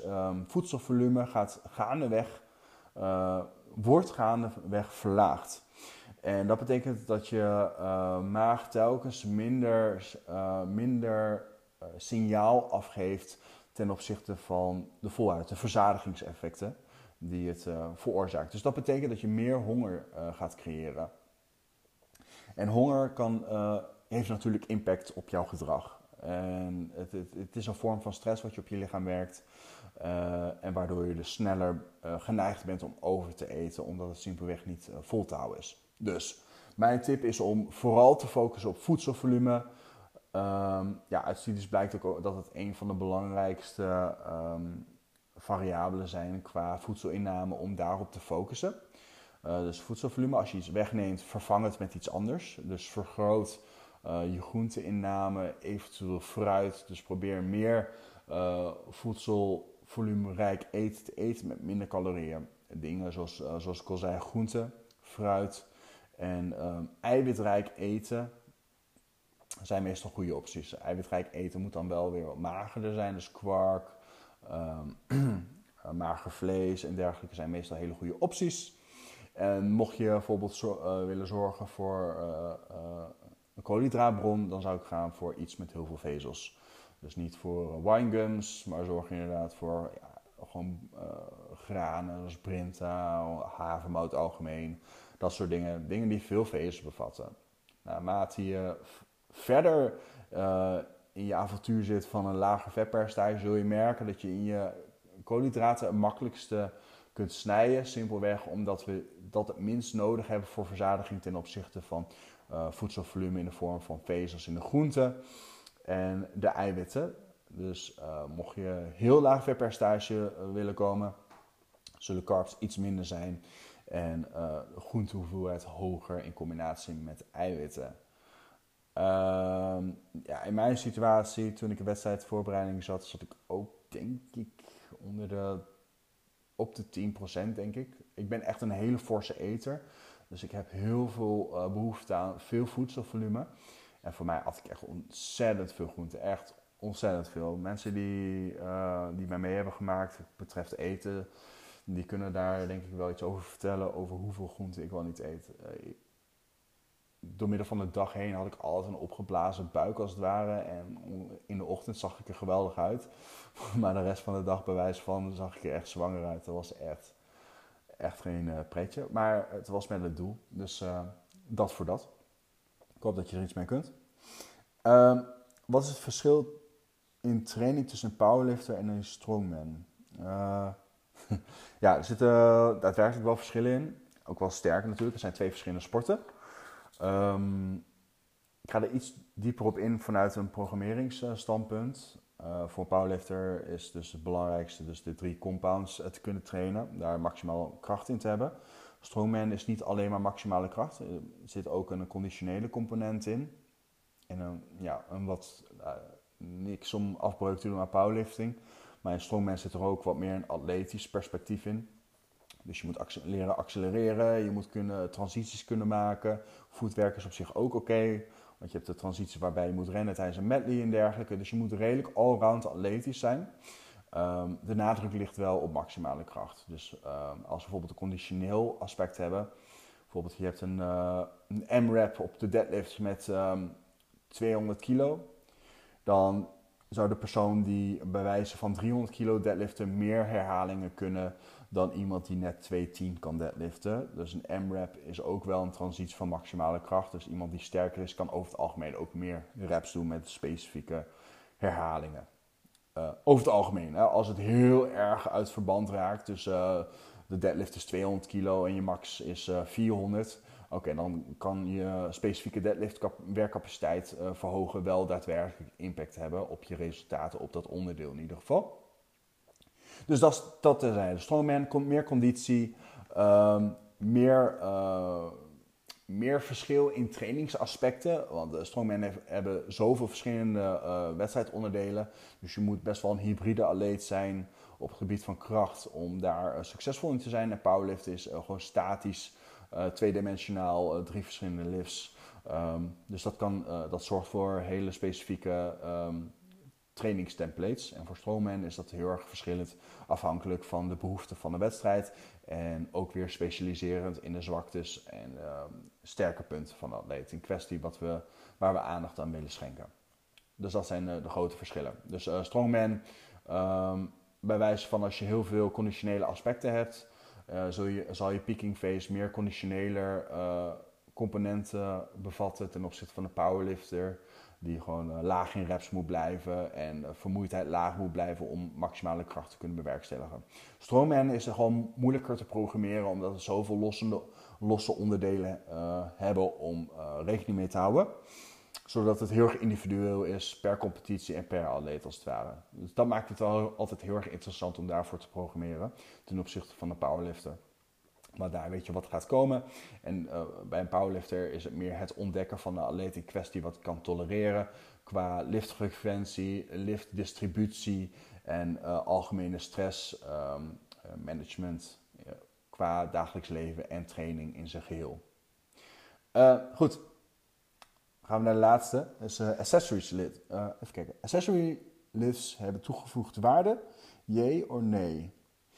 voedselvolume wordt gaandeweg verlaagd. En dat betekent dat je maag telkens minder signaal afgeeft ten opzichte van de voluit, de verzadigingseffecten die het veroorzaakt. Dus dat betekent dat je meer honger gaat creëren. En honger heeft natuurlijk impact op jouw gedrag. En het is een vorm van stress wat je op je lichaam werkt. En waardoor je dus sneller geneigd bent om over te eten, omdat het simpelweg niet vol te houden is. Dus mijn tip is om vooral te focussen op voedselvolume. Uit studies blijkt ook dat het een van de belangrijkste variabelen zijn qua voedselinname om daarop te focussen. Dus voedselvolume, als je iets wegneemt, vervang het met iets anders. Dus vergroot je groenteinname, eventueel fruit. Dus probeer meer voedselvolumerijk eten te eten met minder calorieën. Dingen zoals ik al zei, groente, fruit en eiwitrijk eten zijn meestal goede opties. Eiwitrijk eten moet dan wel weer wat magerder zijn. Dus kwark, mager vlees en dergelijke zijn meestal hele goede opties. En mocht je bijvoorbeeld willen zorgen voor een koolhydraatbron, dan zou ik gaan voor iets met heel veel vezels. Dus niet voor winegums, maar zorg inderdaad voor gewoon granen zoals Brinta, havermout algemeen. Dat soort dingen. Dingen die veel vezels bevatten. Naarmate je verder in je avontuur zit van een lager vetpercentage, zul je merken dat je in je koolhydraten het makkelijkste kunt snijden. Simpelweg omdat we dat het minst nodig hebben voor verzadiging ten opzichte van voedselvolume in de vorm van vezels in de groenten en de eiwitten. Dus mocht je heel laag vetpercentage willen komen, zullen carbs iets minder zijn en groentehoeveelheid hoger in combinatie met eiwitten. In mijn situatie, toen ik een wedstrijdvoorbereiding zat ik ook, denk ik, op de 10%, denk ik. Ik ben echt een hele forse eter. Dus ik heb heel veel behoefte aan veel voedselvolume. En voor mij at ik echt ontzettend veel groente. Echt ontzettend veel. Mensen die mij mee hebben gemaakt betreft eten, die kunnen daar denk ik wel iets over vertellen. Over hoeveel groente ik wel niet eet. Door middel van de dag heen had ik altijd een opgeblazen buik als het ware. En in de ochtend zag ik er geweldig uit. Maar de rest van de dag, bij wijze van, zag ik er echt zwanger uit. Dat was echt geen pretje. Maar het was met het doel. Dus dat voor dat. Ik hoop dat je er iets mee kunt. Wat is het verschil in training tussen een powerlifter en een strongman? Er zitten daadwerkelijk wel verschillen in. Ook wel sterker natuurlijk. Er zijn 2 verschillende sporten. Ik ga er iets dieper op in vanuit een programmeringsstandpunt. Voor een powerlifter is dus het belangrijkste dus de 3 compounds te kunnen trainen. Daar maximaal kracht in te hebben. Strongman is niet alleen maar maximale kracht. Er zit ook een conditionele component in. En niks om afbreuk te doen aan powerlifting. Maar in strongman zit er ook wat meer een atletisch perspectief in. Dus je moet leren accelereren, je moet transities kunnen maken. Footwork is op zich ook oké, want je hebt de transities waarbij je moet rennen tijdens een medley en dergelijke. Dus je moet redelijk allround atletisch zijn. De nadruk ligt wel op maximale kracht. Dus als we bijvoorbeeld een conditioneel aspect hebben, bijvoorbeeld je hebt een M-rap op de deadlift met 200 kilo, dan zou de persoon die bij wijze van 300 kilo deadliften meer herhalingen kunnen dan iemand die net 210 kan deadliften. Dus een M-rap is ook wel een transitie van maximale kracht. Dus iemand die sterker is kan over het algemeen ook meer reps doen met specifieke herhalingen. Over het algemeen, hè, als het heel erg uit verband raakt, dus de deadlift is 200 kilo en je max is 400... Oké, dan kan je specifieke deadlift werkcapaciteit verhogen wel daadwerkelijk impact hebben op je resultaten op dat onderdeel in ieder geval. Dus dat terzijde. Strongman komt meer conditie, meer verschil in trainingsaspecten. Want de strongman hebben zoveel verschillende wedstrijdonderdelen. Dus je moet best wel een hybride atleet zijn op het gebied van kracht om daar succesvol in te zijn. En powerlift is gewoon statisch. Tweedimensionaal, 3 verschillende lifts. Dus dat zorgt voor hele specifieke trainingstemplates. En voor strongman is dat heel erg verschillend afhankelijk van de behoeften van de wedstrijd. En ook weer specialiserend in de zwaktes en sterke punten van de atleet in kwestie waar we aandacht aan willen schenken. Dus dat zijn de grote verschillen. Dus strongman, bij wijze van als je heel veel conditionele aspecten hebt, zal je peaking phase meer conditioneler componenten bevatten ten opzichte van de powerlifter. Die gewoon laag in reps moet blijven en vermoeidheid laag moet blijven om maximale kracht te kunnen bewerkstelligen. Strongman is er gewoon moeilijker te programmeren omdat we zoveel losse onderdelen hebben om rekening mee te houden. Zodat het heel erg individueel is per competitie en per atleet als het ware. Dus dat maakt het wel altijd heel erg interessant om daarvoor te programmeren ten opzichte van een powerlifter. Maar daar weet je wat gaat komen. En bij een powerlifter is het meer het ontdekken van de atleet in kwestie wat kan tolereren. Qua liftfrequentie, liftdistributie en algemene stressmanagement qua dagelijks leven en training in zijn geheel. Goed, gaan we naar de laatste. Dat is accessories lifts. Even kijken. Accessory lifts hebben toegevoegde waarde. Jee of nee?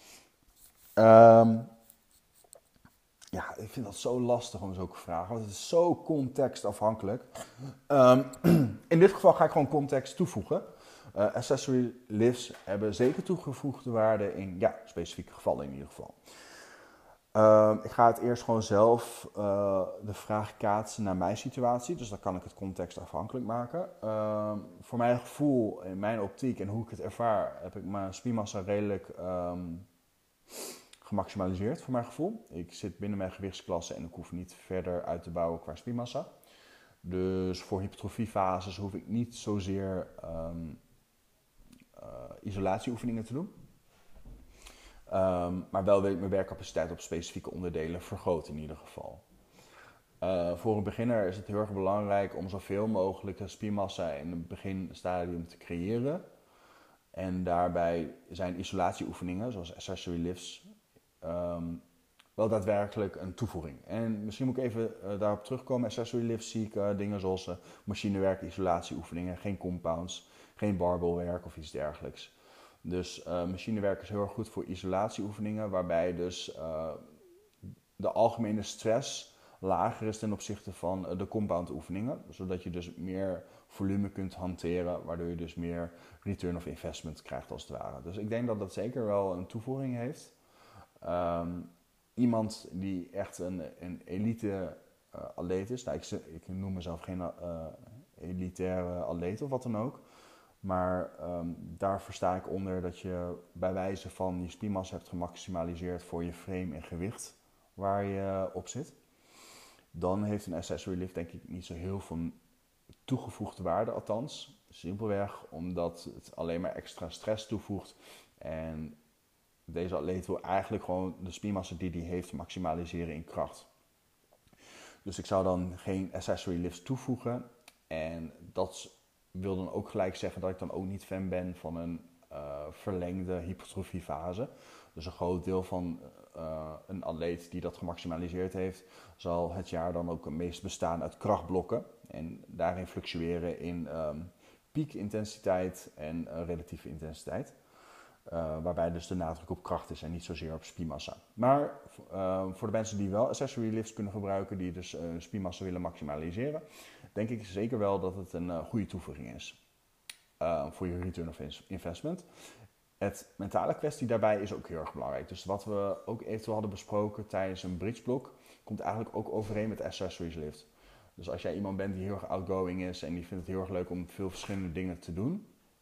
Ja, ik vind dat zo lastig om zulke vragen, want het is zo contextafhankelijk. In dit geval ga ik gewoon context toevoegen. Accessory lifts hebben zeker toegevoegde waarde in specifieke gevallen in ieder geval. Ik ga het eerst gewoon zelf de vraag kaatsen naar mijn situatie, dus dan kan ik het contextafhankelijk maken. Voor mijn gevoel, in mijn optiek en hoe ik het ervaar, heb ik mijn spiermassa redelijk gemaximaliseerd voor mijn gevoel. Ik zit binnen mijn gewichtsklasse en ik hoef niet verder uit te bouwen qua spiermassa. Dus voor hypertrofiefases hoef ik niet zozeer isolatieoefeningen te doen. Maar wel wil ik mijn werkcapaciteit op specifieke onderdelen vergroten in ieder geval. Voor een beginner is het heel erg belangrijk om zoveel mogelijk spiermassa in het beginstadium te creëren. En daarbij zijn isolatieoefeningen, zoals accessory lifts, wel daadwerkelijk een toevoeging. En misschien moet ik even daarop terugkomen. Accessory lifts zie ik dingen zoals machinewerk, isolatieoefeningen, geen compounds, geen barbellwerk of iets dergelijks. Dus machinewerk is heel erg goed voor isolatieoefeningen, waarbij dus de algemene stress lager is ten opzichte van de compound oefeningen. Zodat je dus meer volume kunt hanteren, waardoor je dus meer return of investment krijgt als het ware. Dus ik denk dat dat zeker wel een toevoeging heeft. Iemand die echt een elite atleet is, nou, ik noem mezelf geen elitaire atleet of wat dan ook. Maar daar versta ik onder dat je bij wijze van je spiermassa hebt gemaximaliseerd voor je frame en gewicht waar je op zit. Dan heeft een accessory lift denk ik niet zo heel veel toegevoegde waarde, althans. Simpelweg omdat het alleen maar extra stress toevoegt. En deze atleet wil eigenlijk gewoon de spiermassa die hij heeft maximaliseren in kracht. Dus ik zou dan geen accessory lifts toevoegen. En dat wil dan ook gelijk zeggen dat ik dan ook niet fan ben van een verlengde hypertrofiefase. Dus een groot deel van een atleet die dat gemaximaliseerd heeft, zal het jaar dan ook het meest bestaan uit krachtblokken. En daarin fluctueren in piekintensiteit en relatieve intensiteit. Waarbij dus de nadruk op kracht is en niet zozeer op spiermassa. Maar voor de mensen die wel accessory lifts kunnen gebruiken, die dus spiermassa willen maximaliseren, denk ik zeker wel dat het een goede toevoeging is voor je return of investment. Het mentale kwestie daarbij is ook heel erg belangrijk. Dus wat we ook eventueel hadden besproken tijdens een bridgeblok, komt eigenlijk ook overeen met accessories lift. Dus als jij iemand bent die heel erg outgoing is en die vindt het heel erg leuk om veel verschillende dingen te doen,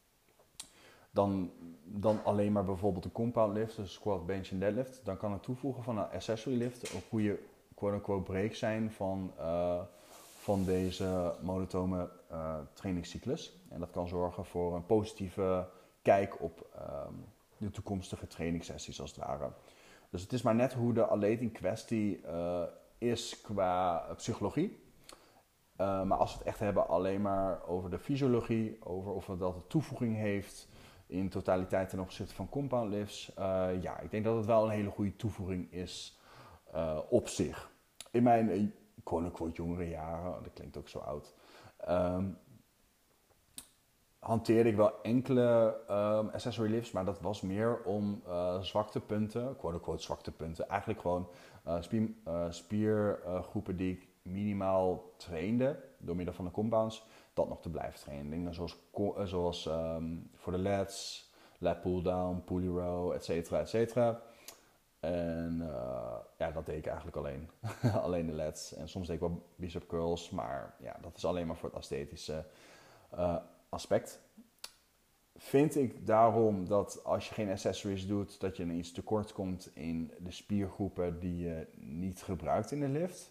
dan alleen maar bijvoorbeeld een compound lift, dus squat, bench en deadlift, dan kan het toevoegen van een accessory lift een goede quote-unquote break zijn van deze monotone trainingscyclus. En dat kan zorgen voor een positieve kijk op de toekomstige trainingssessies als het ware. Dus het is maar net hoe de atleet in kwestie is qua psychologie. Maar als we het echt hebben alleen maar over de fysiologie, over of het dat een toevoeging heeft in totaliteit ten opzichte van compound lifts, ik denk dat het wel een hele goede toevoeging is op zich. In mijn quote-unquote jongere jaren, dat klinkt ook zo oud, hanteerde ik wel enkele accessory lifts, maar dat was meer om zwaktepunten, quote-unquote zwaktepunten, eigenlijk gewoon spiergroepen die ik minimaal trainde door middel van de compounds, dat nog te blijven trainen. Dingen zoals voor de lats, lat pull down, pulley row, et cetera, et cetera. En ja, dat deed ik eigenlijk alleen. Alleen de lats. En soms deed ik wel bicep curls, maar ja, dat is alleen maar voor het esthetische aspect. Vind ik daarom dat als je geen accessories doet, dat je dan iets tekort komt in de spiergroepen die je niet gebruikt in de lift?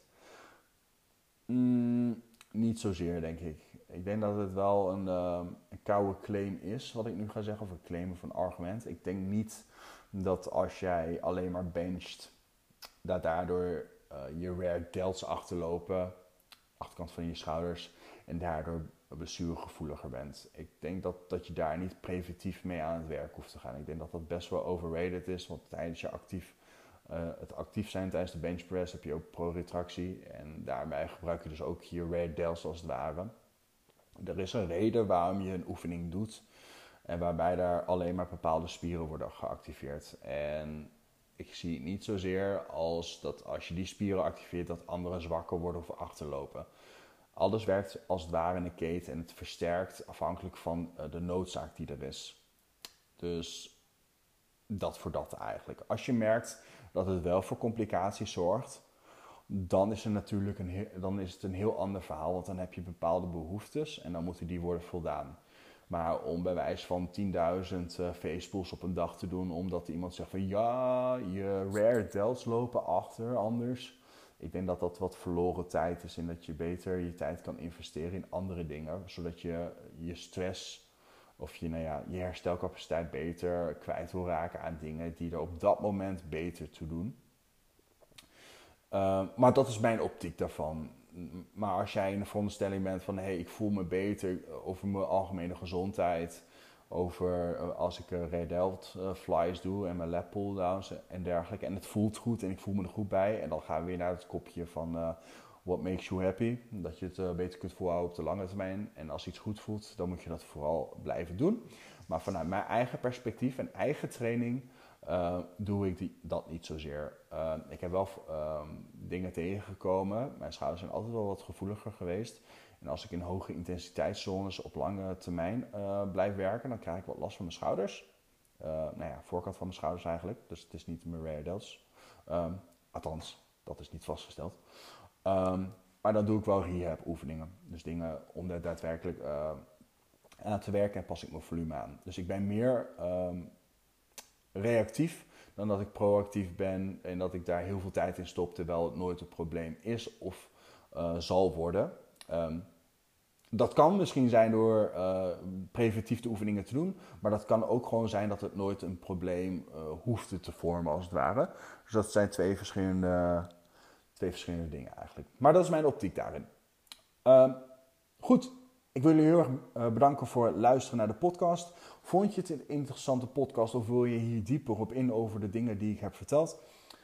Niet zozeer, denk ik. Ik denk dat het wel een koude claim is, wat ik nu ga zeggen, of een claim of een argument. Ik denk niet dat als jij alleen maar bencht, dat daardoor je rare delts achterlopen, achterkant van je schouders, en daardoor blessuregevoeliger bent. Ik denk dat je daar niet preventief mee aan het werk hoeft te gaan. Ik denk dat dat best wel overrated is, want tijdens je het actief zijn tijdens de benchpress heb je ook proretractie. En daarbij gebruik je dus ook je rare delts als het ware. Er is een reden waarom je een oefening doet en waarbij daar alleen maar bepaalde spieren worden geactiveerd. En ik zie het niet zozeer als dat als je die spieren activeert, dat andere zwakker worden of achterlopen. Alles werkt als het ware in een keten en het versterkt afhankelijk van de noodzaak die er is. Dus dat voor dat eigenlijk. Als je merkt dat het wel voor complicaties zorgt, dan is het een heel ander verhaal. Want dan heb je bepaalde behoeftes en dan moeten die worden voldaan. Maar om bij wijze van 10.000 facepulls op een dag te doen, omdat iemand zegt van ja, je rare delts lopen achter anders. Ik denk dat dat wat verloren tijd is en dat je beter je tijd kan investeren in andere dingen. Zodat je je stress of je herstelcapaciteit beter kwijt wil raken aan dingen die er op dat moment beter toe doen. Maar dat is mijn optiek daarvan. Maar als jij in de veronderstelling bent van hey, ik voel me beter over mijn algemene gezondheid, over als ik rare delt flies doe en mijn lat pull downs en dergelijke, en het voelt goed en ik voel me er goed bij, en dan gaan we weer naar het kopje van what makes you happy, dat je het beter kunt volhouden op de lange termijn. En als iets goed voelt, dan moet je dat vooral blijven doen. Maar vanuit mijn eigen perspectief en eigen training doe ik dat niet zozeer. Ik heb wel dingen tegengekomen. Mijn schouders zijn altijd wel wat gevoeliger geweest. En als ik in hoge intensiteitszones op lange termijn blijf werken, dan krijg ik wat last van mijn schouders. Voorkant van mijn schouders eigenlijk. Dus het is niet mijn rare delts. Althans, dat is niet vastgesteld. Maar dan doe ik wel rehab oefeningen. Dus dingen om daar daadwerkelijk aan te werken en pas ik mijn volume aan. Dus ik ben meer reactief dan dat ik proactief ben en dat ik daar heel veel tijd in stop terwijl het nooit een probleem is of zal worden. Dat kan misschien zijn door preventief de oefeningen te doen, maar dat kan ook gewoon zijn dat het nooit een probleem hoeft te vormen als het ware. Dus dat zijn twee verschillende dingen eigenlijk. Maar dat is mijn optiek daarin. Goed. Ik wil jullie heel erg bedanken voor het luisteren naar de podcast. Vond je het een interessante podcast of wil je hier dieper op in over de dingen die ik heb verteld?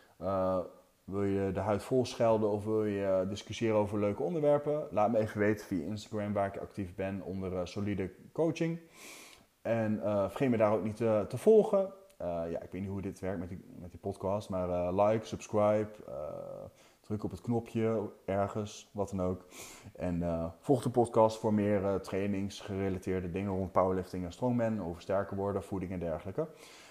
Wil je de huid vol schelden of wil je discussiëren over leuke onderwerpen? Laat me even weten via Instagram waar ik actief ben onder Solide Coaching. En vergeet me daar ook niet te volgen. Ik weet niet hoe dit werkt met die podcast, maar like, subscribe, druk op het knopje ergens, wat dan ook. En volg de podcast voor meer trainingsgerelateerde dingen rond powerlifting en strongman, over sterker worden, voeding en dergelijke.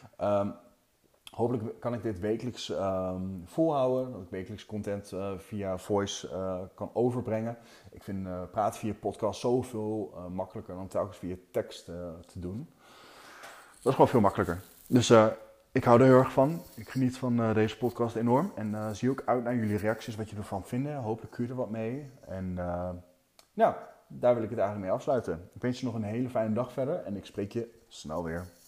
Hopelijk kan ik dit wekelijks volhouden, dat ik wekelijks content via voice kan overbrengen. Ik vind praten via podcast zoveel makkelijker dan telkens via tekst te doen. Dat is gewoon veel makkelijker. Dus ik hou er heel erg van. Ik geniet van deze podcast enorm. En zie ook uit naar jullie reacties, wat je ervan vinden. Hopelijk kun je er wat mee. En daar wil ik het eigenlijk mee afsluiten. Ik wens je nog een hele fijne dag verder. En ik spreek je snel weer.